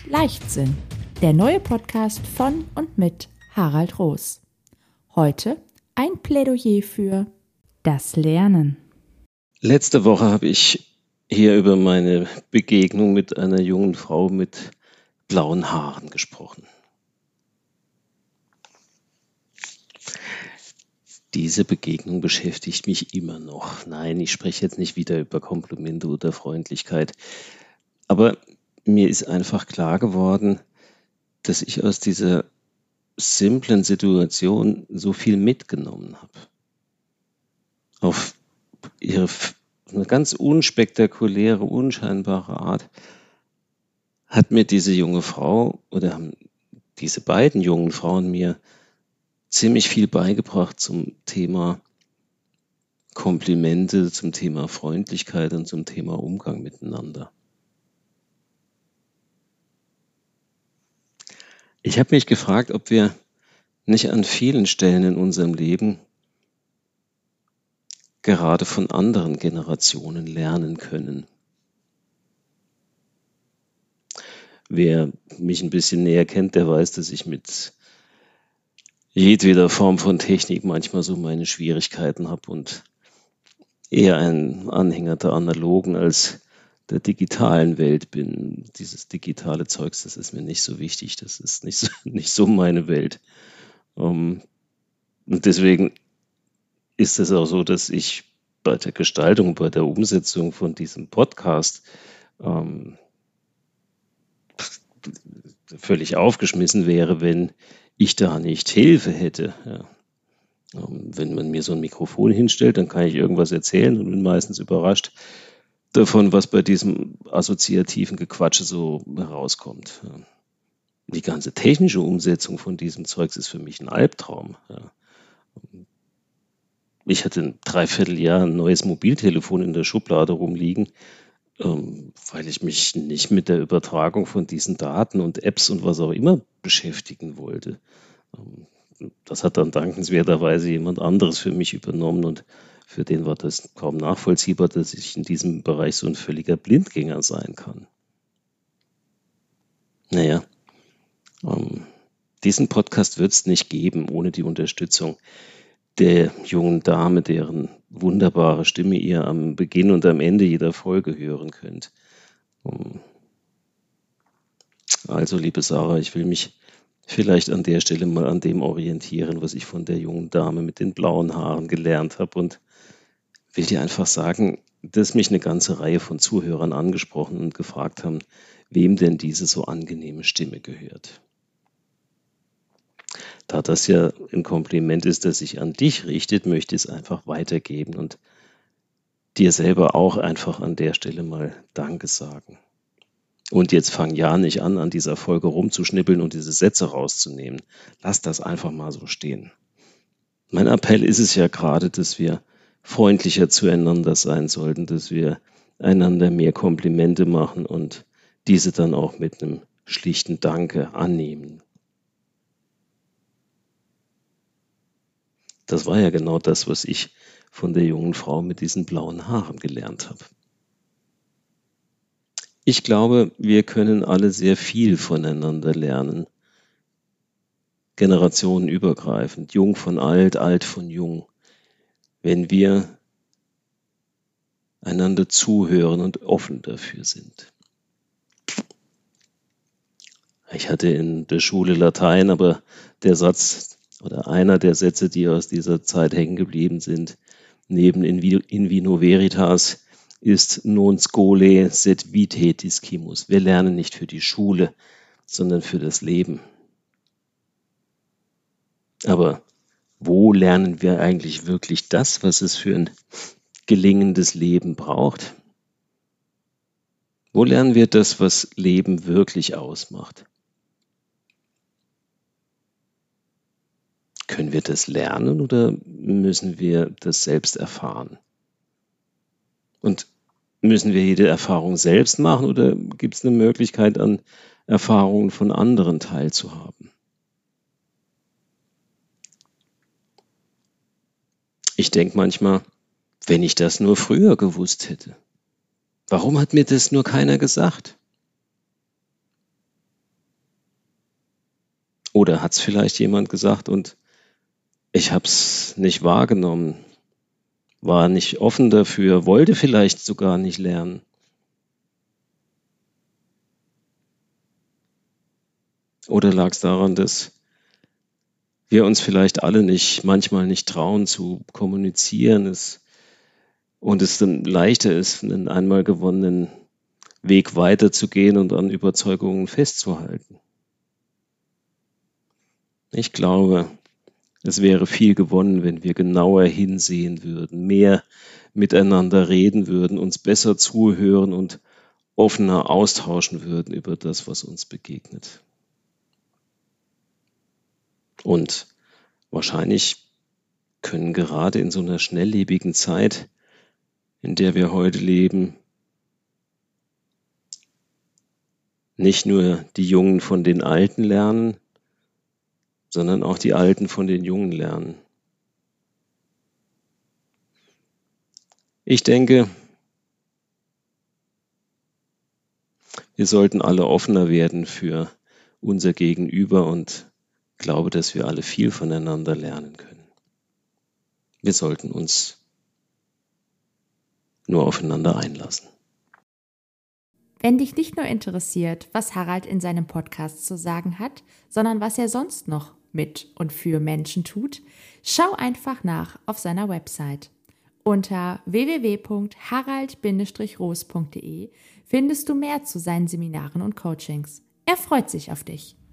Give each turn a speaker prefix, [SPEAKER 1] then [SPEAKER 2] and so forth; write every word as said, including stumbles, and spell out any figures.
[SPEAKER 1] Leichtsinn, der neue Podcast von und mit Harald Roos. Heute ein Plädoyer für das Lernen.
[SPEAKER 2] Letzte Woche habe ich hier über meine Begegnung mit einer jungen Frau mit blauen Haaren gesprochen. Diese Begegnung beschäftigt mich immer noch. Nein, ich spreche jetzt nicht wieder über Komplimente oder Freundlichkeit. Aber mir ist einfach klar geworden, dass ich aus dieser simplen Situation so viel mitgenommen habe. Auf ihre eine ganz unspektakuläre, unscheinbare Art hat mir diese junge Frau oder haben diese beiden jungen Frauen mir ziemlich viel beigebracht zum Thema Komplimente, zum Thema Freundlichkeit und zum Thema Umgang miteinander. Ich habe mich gefragt, ob wir nicht an vielen Stellen in unserem Leben gerade von anderen Generationen lernen können. Wer mich ein bisschen näher kennt, der weiß, dass ich mit jedweder Form von Technik manchmal so meine Schwierigkeiten habe und eher ein Anhänger der analogen als der digitalen Welt bin. Dieses digitale Zeugs, das ist mir nicht so wichtig, das ist nicht so, nicht so meine Welt. Um, und deswegen ist es auch so, dass ich bei der Gestaltung, bei der Umsetzung von diesem Podcast ähm, völlig aufgeschmissen wäre, wenn ich da nicht Hilfe hätte. Ja. Ähm, wenn man mir so ein Mikrofon hinstellt, dann kann ich irgendwas erzählen und bin meistens überrascht davon, was bei diesem assoziativen Gequatsche so herauskommt. Ja. Die ganze technische Umsetzung von diesem Zeugs ist für mich ein Albtraum. Ja. Ich hatte ein Dreivierteljahr ein neues Mobiltelefon in der Schublade rumliegen, ähm, weil ich mich nicht mit der Übertragung von diesen Daten und Apps und was auch immer beschäftigen wollte. Ähm, das hat dann dankenswerterweise jemand anderes für mich übernommen und für den war das kaum nachvollziehbar, dass ich in diesem Bereich so ein völliger Blindgänger sein kann. Naja, ähm, diesen Podcast wird es nicht geben ohne die Unterstützung der jungen Dame, deren wunderbare Stimme ihr am Beginn und am Ende jeder Folge hören könnt. Also, liebe Sarah, ich will mich vielleicht an der Stelle mal an dem orientieren, was ich von der jungen Dame mit den blauen Haaren gelernt habe und will dir einfach sagen, dass mich eine ganze Reihe von Zuhörern angesprochen und gefragt haben, wem denn diese so angenehme Stimme gehört. Da das ja ein Kompliment ist, das sich an dich richtet, möchte ich es einfach weitergeben und dir selber auch einfach an der Stelle mal Danke sagen. Und jetzt fang ja nicht an, an dieser Folge rumzuschnippeln und diese Sätze rauszunehmen. Lass das einfach mal so stehen. Mein Appell ist es ja gerade, dass wir freundlicher zueinander sein sollten, dass wir einander mehr Komplimente machen und diese dann auch mit einem schlichten Danke annehmen. Das war ja genau das, was ich von der jungen Frau mit diesen blauen Haaren gelernt habe. Ich glaube, wir können alle sehr viel voneinander lernen. Generationenübergreifend, jung von alt, alt von jung. Wenn wir einander zuhören und offen dafür sind. Ich hatte in der Schule Latein, aber der Satz oder einer der Sätze, die aus dieser Zeit hängen geblieben sind, neben in vino veritas, ist non scole sed vitae discimus. Wir lernen nicht für die Schule, sondern für das Leben. Aber wo lernen wir eigentlich wirklich das, was es für ein gelingendes Leben braucht? Wo lernen wir das, was Leben wirklich ausmacht? Können wir das lernen oder müssen wir das selbst erfahren? Und müssen wir jede Erfahrung selbst machen oder gibt es eine Möglichkeit, an Erfahrungen von anderen teilzuhaben? Ich denke manchmal, wenn ich das nur früher gewusst hätte. Warum hat mir das nur keiner gesagt? Oder hat es vielleicht jemand gesagt und ich habe es nicht wahrgenommen, war nicht offen dafür, wollte vielleicht sogar nicht lernen. Oder lag es daran, dass wir uns vielleicht alle nicht, manchmal nicht trauen zu kommunizieren es, und es dann leichter ist, einen einmal gewonnenen Weg weiterzugehen und an Überzeugungen festzuhalten. Ich glaube, es wäre viel gewonnen, wenn wir genauer hinsehen würden, mehr miteinander reden würden, uns besser zuhören und offener austauschen würden über das, was uns begegnet. Und wahrscheinlich können gerade in so einer schnelllebigen Zeit, in der wir heute leben, nicht nur die Jungen von den Alten lernen, sondern auch die Alten von den Jungen lernen. Ich denke, wir sollten alle offener werden für unser Gegenüber und glaube, dass wir alle viel voneinander lernen können. Wir sollten uns nur aufeinander einlassen.
[SPEAKER 1] Wenn dich nicht nur interessiert, was Harald in seinem Podcast zu sagen hat, sondern was er sonst noch mit und für Menschen tut, schau einfach nach auf seiner Website. Unter w w w punkt harald roos punkt de findest du mehr zu seinen Seminaren und Coachings. Er freut sich auf dich.